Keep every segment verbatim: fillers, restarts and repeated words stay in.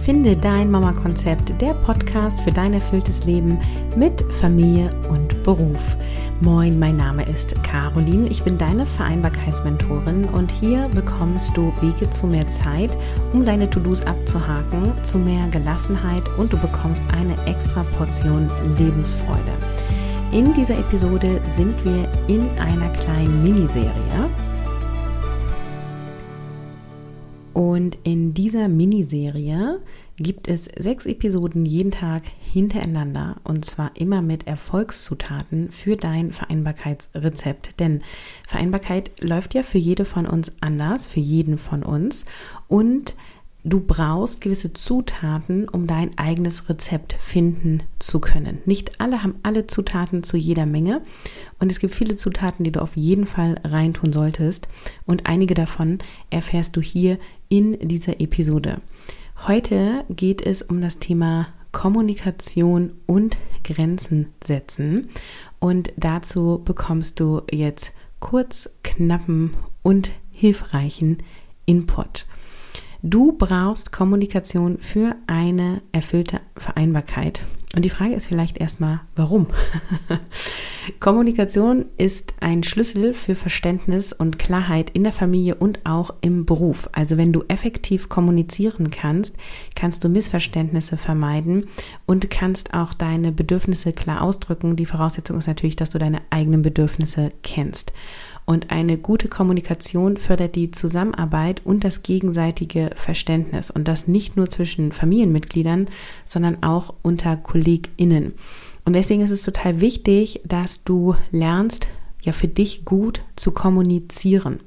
Finde dein Mama-Konzept, der Podcast für dein erfülltes Leben mit Familie und Beruf. Moin, mein Name ist Caroline, ich bin deine Vereinbarkeitsmentorin und hier bekommst du Wege zu mehr Zeit, um deine To-Dos abzuhaken, zu mehr Gelassenheit und du bekommst eine extra Portion Lebensfreude. In dieser Episode sind wir in einer kleinen Miniserie. Und in dieser Miniserie gibt es sechs Episoden jeden Tag hintereinander und zwar immer mit Erfolgszutaten für dein Vereinbarkeitsrezept. Denn Vereinbarkeit läuft ja für jede von uns anders, für jeden von uns und du brauchst gewisse Zutaten, um dein eigenes Rezept finden zu können. Nicht alle haben alle Zutaten zu jeder Menge und es gibt viele Zutaten, die du auf jeden Fall reintun solltest und einige davon erfährst du hier in dieser Episode. Heute geht es um das Thema Kommunikation und Grenzen setzen und dazu bekommst du jetzt kurz, knappen und hilfreichen Input. Du brauchst Kommunikation für eine erfüllte Vereinbarkeit. Und die Frage ist vielleicht erstmal, warum? Kommunikation ist ein Schlüssel für Verständnis und Klarheit in der Familie und auch im Beruf. Also wenn du effektiv kommunizieren kannst, kannst du Missverständnisse vermeiden und kannst auch deine Bedürfnisse klar ausdrücken. Die Voraussetzung ist natürlich, dass du deine eigenen Bedürfnisse kennst. Und eine gute Kommunikation fördert die Zusammenarbeit und das gegenseitige Verständnis. Und das nicht nur zwischen Familienmitgliedern, sondern auch unter KollegInnen. Und deswegen ist es total wichtig, dass du lernst, ja für dich gut zu kommunizieren.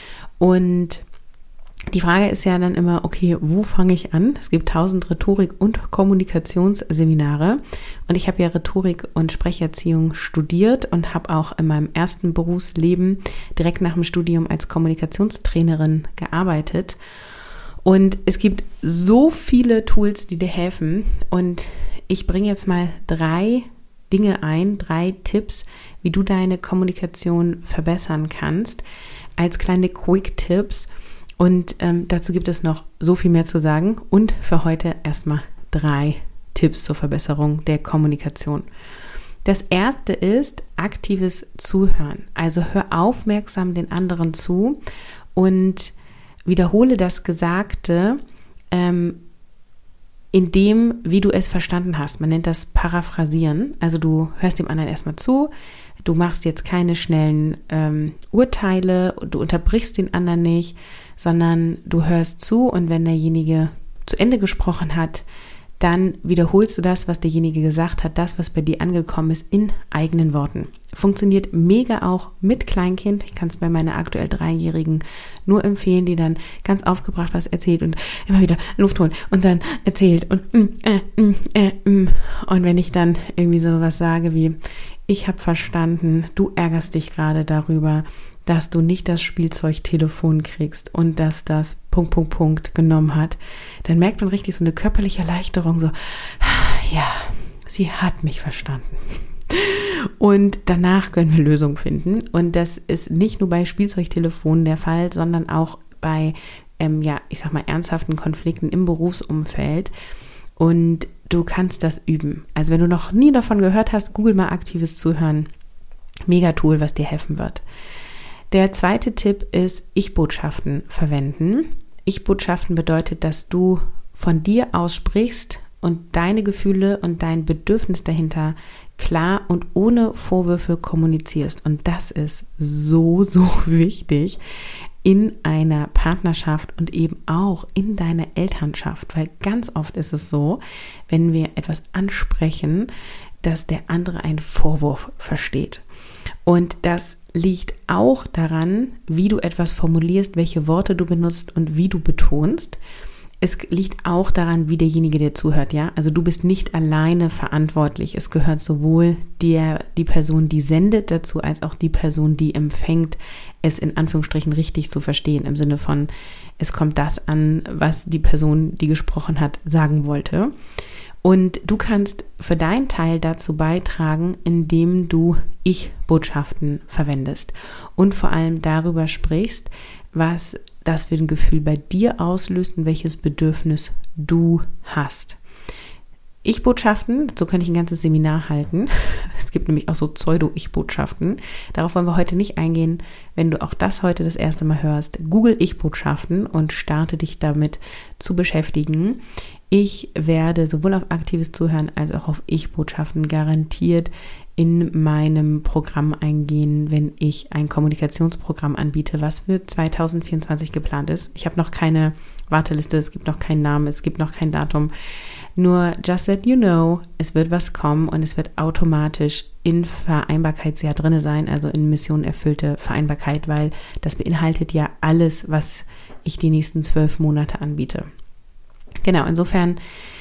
Und die Frage ist ja dann immer, okay, wo fange ich an? Es gibt tausend Rhetorik- und Kommunikationsseminare und ich habe ja Rhetorik und Sprecherziehung studiert und habe auch in meinem ersten Berufsleben direkt nach dem Studium als Kommunikationstrainerin gearbeitet. Und es gibt so viele Tools, die dir helfen und ich bringe jetzt mal drei Dinge ein, drei Tipps, wie du deine Kommunikation verbessern kannst, als kleine Quick-Tipps. Und ähm, dazu gibt es noch so viel mehr zu sagen und für heute erstmal drei Tipps zur Verbesserung der Kommunikation. Das erste ist aktives Zuhören. Also hör aufmerksam den anderen zu und wiederhole das Gesagte ähm, in dem, wie du es verstanden hast. Man nennt das Paraphrasieren. Also du hörst dem anderen erstmal zu. Du machst jetzt keine schnellen ähm, Urteile, du unterbrichst den anderen nicht, sondern du hörst zu und wenn derjenige zu Ende gesprochen hat, dann wiederholst du das, was derjenige gesagt hat, das, was bei dir angekommen ist, in eigenen Worten. Funktioniert mega auch mit Kleinkind. Ich kann es bei meiner aktuell Dreijährigen nur empfehlen, die dann ganz aufgebracht was erzählt und immer wieder Luft holt und dann erzählt und mm, äh, mm, äh, mm. Und wenn ich dann irgendwie sowas sage wie, ich habe verstanden, du ärgerst dich gerade darüber, dass du nicht das Spielzeugtelefon kriegst und dass das Punkt, Punkt, Punkt genommen hat, dann merkt man richtig so eine körperliche Erleichterung, so, ja, sie hat mich verstanden. Und danach können wir Lösungen finden. Und das ist nicht nur bei Spielzeugtelefonen der Fall, sondern auch bei, ähm, ja, ich sag mal, ernsthaften Konflikten im Berufsumfeld. Und du kannst das üben. Also wenn du noch nie davon gehört hast, google mal aktives Zuhören. Mega Tool, was dir helfen wird. Der zweite Tipp ist Ich-Botschaften verwenden. Ich-Botschaften bedeutet, dass du von dir aus sprichst und deine Gefühle und dein Bedürfnis dahinter klar und ohne Vorwürfe kommunizierst. Und das ist so, so wichtig in einer Partnerschaft und eben auch in deiner Elternschaft. Weil ganz oft ist es so, wenn wir etwas ansprechen, dass der andere einen Vorwurf versteht. Und das liegt auch daran, wie du etwas formulierst, welche Worte du benutzt und wie du betonst. Es liegt auch daran, wie derjenige dir zuhört, ja. Also du bist nicht alleine verantwortlich. Es gehört sowohl der, die Person, die sendet dazu, als auch die Person, die empfängt, es in Anführungsstrichen richtig zu verstehen. Im Sinne von, es kommt das an, was die Person, die gesprochen hat, sagen wollte. Und du kannst für deinen Teil dazu beitragen, indem du Ich-Botschaften verwendest und vor allem darüber sprichst, was das für ein Gefühl bei dir auslöst und welches Bedürfnis du hast. Ich-Botschaften, dazu könnte ich ein ganzes Seminar halten. Es gibt nämlich auch so Pseudo-Ich-Botschaften. Darauf wollen wir heute nicht eingehen. Wenn du auch das heute das erste Mal hörst, google Ich-Botschaften und starte dich damit zu beschäftigen. Ich werde sowohl auf aktives Zuhören als auch auf Ich-Botschaften garantiert in meinem Programm eingehen, wenn ich ein Kommunikationsprogramm anbiete, was für zwanzig vierundzwanzig geplant ist. Ich habe noch keine Warteliste, es gibt noch keinen Namen, es gibt noch kein Datum. Nur just that you know, es wird was kommen und es wird automatisch in Vereinbarkeitsjahr drin sein, also in Mission erfüllte Vereinbarkeit, weil das beinhaltet ja alles, was ich die nächsten zwölf Monate anbiete. Genau, insofern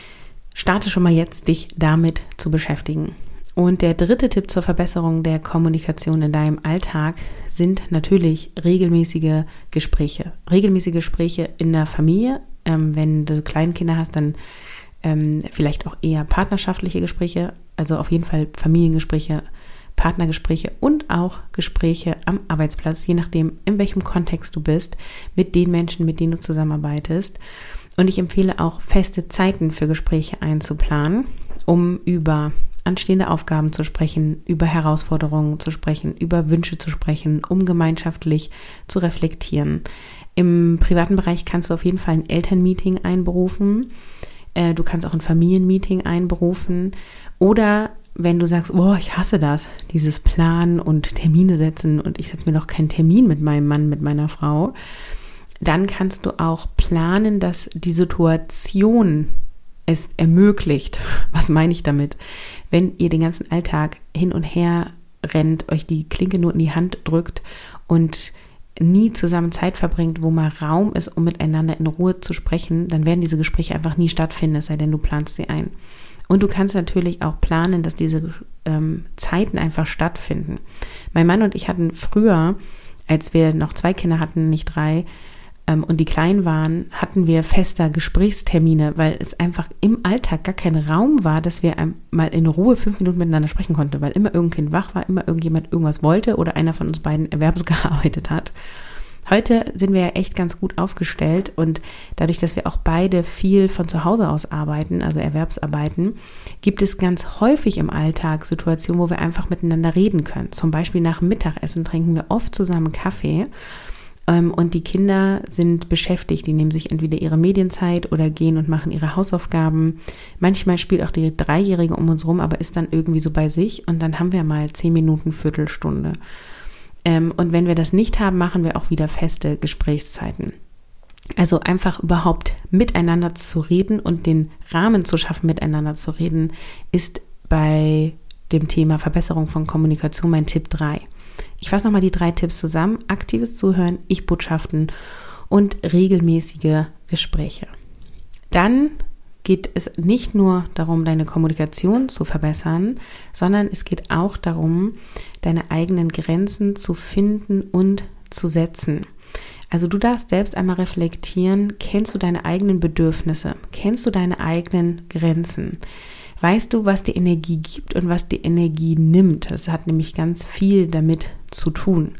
starte schon mal jetzt, dich damit zu beschäftigen. Und der dritte Tipp zur Verbesserung der Kommunikation in deinem Alltag sind natürlich regelmäßige Gespräche. Regelmäßige Gespräche in der Familie. Ähm, wenn du Kleinkinder hast, dann ähm, vielleicht auch eher partnerschaftliche Gespräche. Also auf jeden Fall Familiengespräche, Partnergespräche und auch Gespräche am Arbeitsplatz, je nachdem, in welchem Kontext du bist, mit den Menschen, mit denen du zusammenarbeitest. Und ich empfehle auch, feste Zeiten für Gespräche einzuplanen, um über anstehende Aufgaben zu sprechen, über Herausforderungen zu sprechen, über Wünsche zu sprechen, um gemeinschaftlich zu reflektieren. Im privaten Bereich kannst du auf jeden Fall ein Elternmeeting einberufen. Äh, du kannst auch ein Familienmeeting einberufen. Oder wenn du sagst, oh, ich hasse das, dieses Planen und Termine setzen und ich setze mir doch keinen Termin mit meinem Mann, mit meiner Frau, dann kannst du auch planen, dass die Situation es ermöglicht. Was meine ich damit? Wenn ihr den ganzen Alltag hin und her rennt, euch die Klinke nur in die Hand drückt und nie zusammen Zeit verbringt, wo mal Raum ist, um miteinander in Ruhe zu sprechen, dann werden diese Gespräche einfach nie stattfinden, es sei denn, du planst sie ein. Und du kannst natürlich auch planen, dass diese ähm, Zeiten einfach stattfinden. Mein Mann und ich hatten früher, als wir noch zwei Kinder hatten, nicht drei, und die klein waren, hatten wir fester Gesprächstermine, weil es einfach im Alltag gar kein Raum war, dass wir mal in Ruhe fünf Minuten miteinander sprechen konnten, weil immer irgendein Kind wach war, immer irgendjemand irgendwas wollte oder einer von uns beiden erwerbsgearbeitet hat. Heute sind wir ja echt ganz gut aufgestellt und dadurch, dass wir auch beide viel von zu Hause aus arbeiten, also Erwerbsarbeiten, gibt es ganz häufig im Alltag Situationen, wo wir einfach miteinander reden können. Zum Beispiel nach dem Mittagessen trinken wir oft zusammen Kaffee. Und die Kinder sind beschäftigt, die nehmen sich entweder ihre Medienzeit oder gehen und machen ihre Hausaufgaben. Manchmal spielt auch die Dreijährige um uns rum, aber ist dann irgendwie so bei sich und dann haben wir mal zehn Minuten, Viertelstunde. Und wenn wir das nicht haben, machen wir auch wieder feste Gesprächszeiten. Also einfach überhaupt miteinander zu reden und den Rahmen zu schaffen, miteinander zu reden, ist bei dem Thema Verbesserung von Kommunikation mein Tipp drei. Ich fasse nochmal die drei Tipps zusammen. Aktives Zuhören, Ich-Botschaften und regelmäßige Gespräche. Dann geht es nicht nur darum, deine Kommunikation zu verbessern, sondern es geht auch darum, deine eigenen Grenzen zu finden und zu setzen. Also du darfst selbst einmal reflektieren, kennst du deine eigenen Bedürfnisse? Kennst du deine eigenen Grenzen? Weißt du, was die Energie gibt und was die Energie nimmt? Das hat nämlich ganz viel damit zu tun.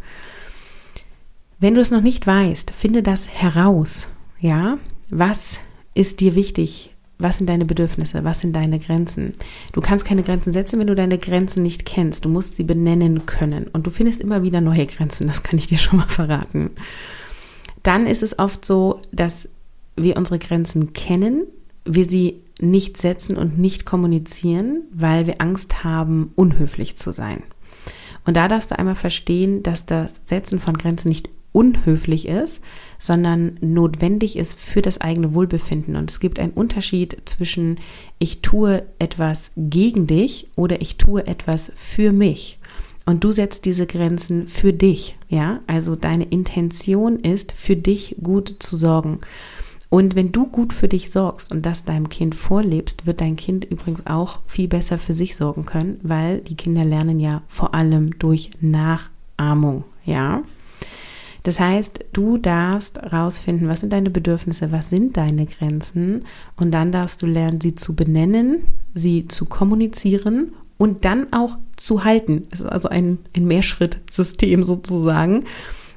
Wenn du es noch nicht weißt, finde das heraus. Ja, was ist dir wichtig? Was sind deine Bedürfnisse? Was sind deine Grenzen? Du kannst keine Grenzen setzen, wenn du deine Grenzen nicht kennst. Du musst sie benennen können. Und du findest immer wieder neue Grenzen. Das kann ich dir schon mal verraten. Dann ist es oft so, dass wir unsere Grenzen kennen, wir sie nicht setzen und nicht kommunizieren, weil wir Angst haben, unhöflich zu sein. Und da darfst du einmal verstehen, dass das Setzen von Grenzen nicht unhöflich ist, sondern notwendig ist für das eigene Wohlbefinden. Und es gibt einen Unterschied zwischen ich tue etwas gegen dich oder ich tue etwas für mich. Und du setzt diese Grenzen für dich, ja? Also deine Intention ist, für dich gut zu sorgen. Und wenn du gut für dich sorgst und das deinem Kind vorlebst, wird dein Kind übrigens auch viel besser für sich sorgen können, weil die Kinder lernen ja vor allem durch Nachahmung, ja. Das heißt, du darfst rausfinden, was sind deine Bedürfnisse, was sind deine Grenzen und dann darfst du lernen, sie zu benennen, sie zu kommunizieren und dann auch zu halten. Es ist also ein, ein Mehrschritt-System sozusagen.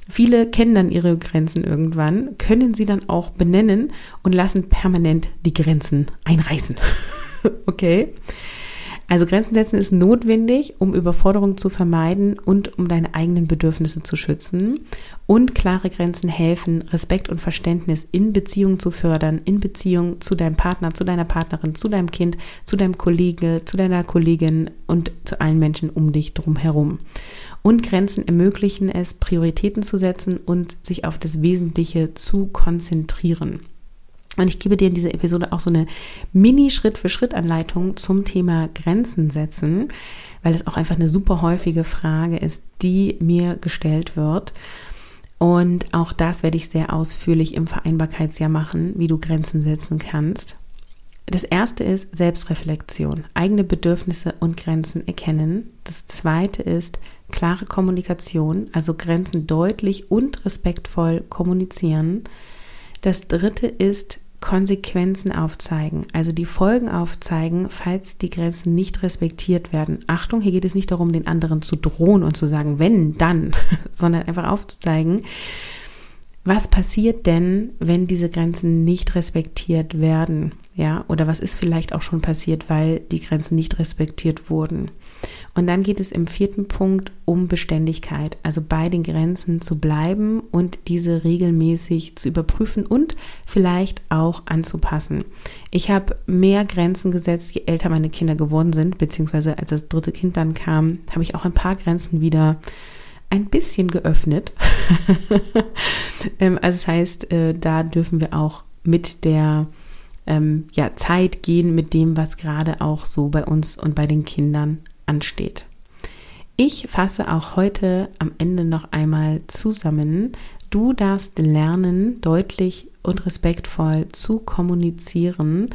Viele kennen dann ihre Grenzen irgendwann, können sie dann auch benennen und lassen permanent die Grenzen einreißen. Okay? Also Grenzen setzen ist notwendig, um Überforderung zu vermeiden und um deine eigenen Bedürfnisse zu schützen. Und klare Grenzen helfen, Respekt und Verständnis in Beziehung zu fördern, in Beziehung zu deinem Partner, zu deiner Partnerin, zu deinem Kind, zu deinem Kollege, zu deiner Kollegin und zu allen Menschen um dich drumherum. Und Grenzen ermöglichen es, Prioritäten zu setzen und sich auf das Wesentliche zu konzentrieren. Und ich gebe dir in dieser Episode auch so eine Mini-Schritt-für-Schritt-Anleitung zum Thema Grenzen setzen, weil es auch einfach eine super häufige Frage ist, die mir gestellt wird. Und auch das werde ich sehr ausführlich im Vereinbarkeitsjahr machen, wie du Grenzen setzen kannst. Das erste ist Selbstreflexion, eigene Bedürfnisse und Grenzen erkennen. Das zweite ist klare Kommunikation, also Grenzen deutlich und respektvoll kommunizieren. Das dritte ist Konsequenzen aufzeigen, also die Folgen aufzeigen, falls die Grenzen nicht respektiert werden. Achtung, hier geht es nicht darum, den anderen zu drohen und zu sagen, wenn, dann, sondern einfach aufzuzeigen, was passiert denn, wenn diese Grenzen nicht respektiert werden? Ja, oder was ist vielleicht auch schon passiert, weil die Grenzen nicht respektiert wurden? Und dann geht es im vierten Punkt um Beständigkeit, also bei den Grenzen zu bleiben und diese regelmäßig zu überprüfen und vielleicht auch anzupassen. Ich habe mehr Grenzen gesetzt, je älter meine Kinder geworden sind, beziehungsweise als das dritte Kind dann kam, habe ich auch ein paar Grenzen wieder ein bisschen geöffnet. Also das heißt, da dürfen wir auch mit der ähm, ja, Zeit gehen, mit dem, was gerade auch so bei uns und bei den Kindern ansteht. Ich fasse auch heute am Ende noch einmal zusammen. Du darfst lernen, deutlich und respektvoll zu kommunizieren,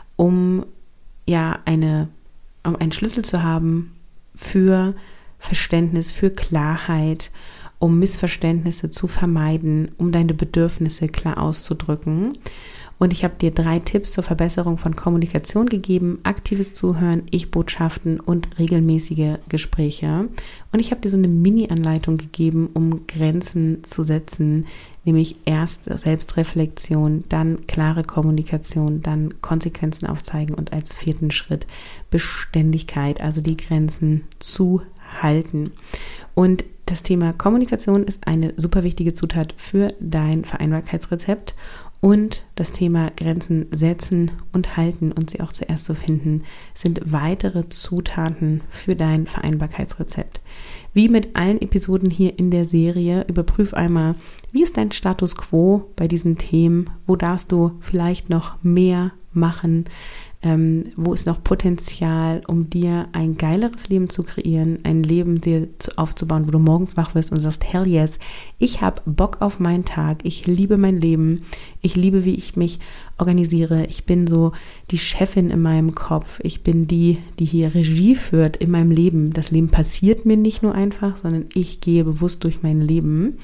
um ja eine, um einen Schlüssel zu haben für Verständnis, für Klarheit, um Missverständnisse zu vermeiden, um deine Bedürfnisse klar auszudrücken. Und ich habe dir drei Tipps zur Verbesserung von Kommunikation gegeben: aktives Zuhören, Ich-Botschaften und regelmäßige Gespräche. Und ich habe dir so eine Mini-Anleitung gegeben, um Grenzen zu setzen, nämlich erst Selbstreflexion, dann klare Kommunikation, dann Konsequenzen aufzeigen und als vierten Schritt Beständigkeit, also die Grenzen zu halten. Und das Thema Kommunikation ist eine super wichtige Zutat für dein Vereinbarkeitsrezept. Und das Thema Grenzen setzen und halten und sie auch zuerst zu finden, sind weitere Zutaten für dein Vereinbarkeitsrezept. Wie mit allen Episoden hier in der Serie, überprüf einmal, wie ist dein Status quo bei diesen Themen? Wo darfst du vielleicht noch mehr machen? Ähm, wo ist noch Potenzial, um dir ein geileres Leben zu kreieren, ein Leben dir zu, aufzubauen, wo du morgens wach wirst und sagst, hell yes, ich habe Bock auf meinen Tag, ich liebe mein Leben, ich liebe, wie ich mich organisiere, ich bin so die Chefin in meinem Kopf, ich bin die, die hier Regie führt in meinem Leben. Das Leben passiert mir nicht nur einfach, sondern ich gehe bewusst durch mein Leben,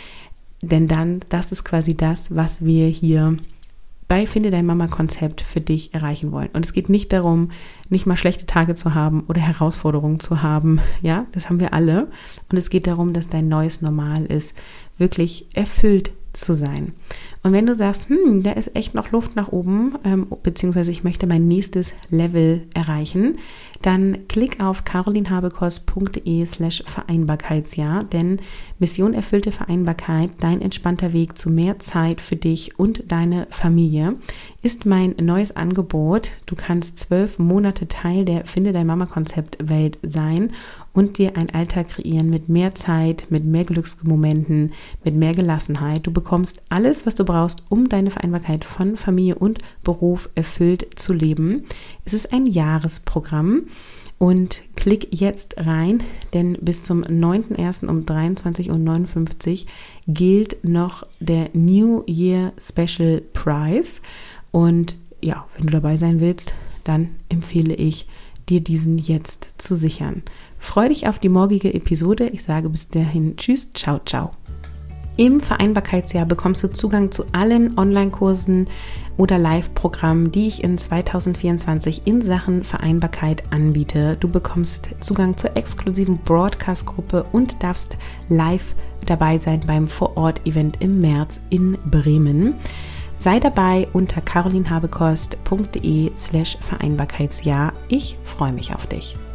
denn dann, das ist quasi das, was wir hier bei Finde dein Mama-Konzept für dich erreichen wollen. Und es geht nicht darum, nicht mal schlechte Tage zu haben oder Herausforderungen zu haben. Ja, das haben wir alle. Und es geht darum, dass dein neues Normal ist, wirklich erfüllt zu sein. Und wenn du sagst, hm, da ist echt noch Luft nach oben, ähm, beziehungsweise ich möchte mein nächstes Level erreichen, dann klick auf carolinhabekos.de slash Vereinbarkeitsjahr, denn Mission erfüllte Vereinbarkeit, dein entspannter Weg zu mehr Zeit für dich und deine Familie, ist mein neues Angebot. Du kannst zwölf Monate Teil der Finde dein Mama-Konzept-Welt sein und dir einen Alltag kreieren mit mehr Zeit, mit mehr Glücksmomenten, mit mehr Gelassenheit. Du bekommst alles, was du brauchst, um deine Vereinbarkeit von Familie und Beruf erfüllt zu leben. Es ist ein Jahresprogramm und klick jetzt rein, denn bis zum neunten ersten um dreiundzwanzig Uhr neunundfünfzig gilt noch der New Year Special Price. Und ja, wenn du dabei sein willst, dann empfehle ich, dir diesen jetzt zu sichern. Freu dich auf die morgige Episode. Ich sage bis dahin Tschüss, ciao, ciao. Im Vereinbarkeitsjahr bekommst du Zugang zu allen Online-Kursen oder Live-Programmen, die ich in zweitausendvierundzwanzig in Sachen Vereinbarkeit anbiete. Du bekommst Zugang zur exklusiven Broadcast-Gruppe und darfst live dabei sein beim Vor-Ort-Event im März in Bremen. Sei dabei unter carolinhabekost punkt de slash Vereinbarkeitsjahr. Ich freue mich auf dich.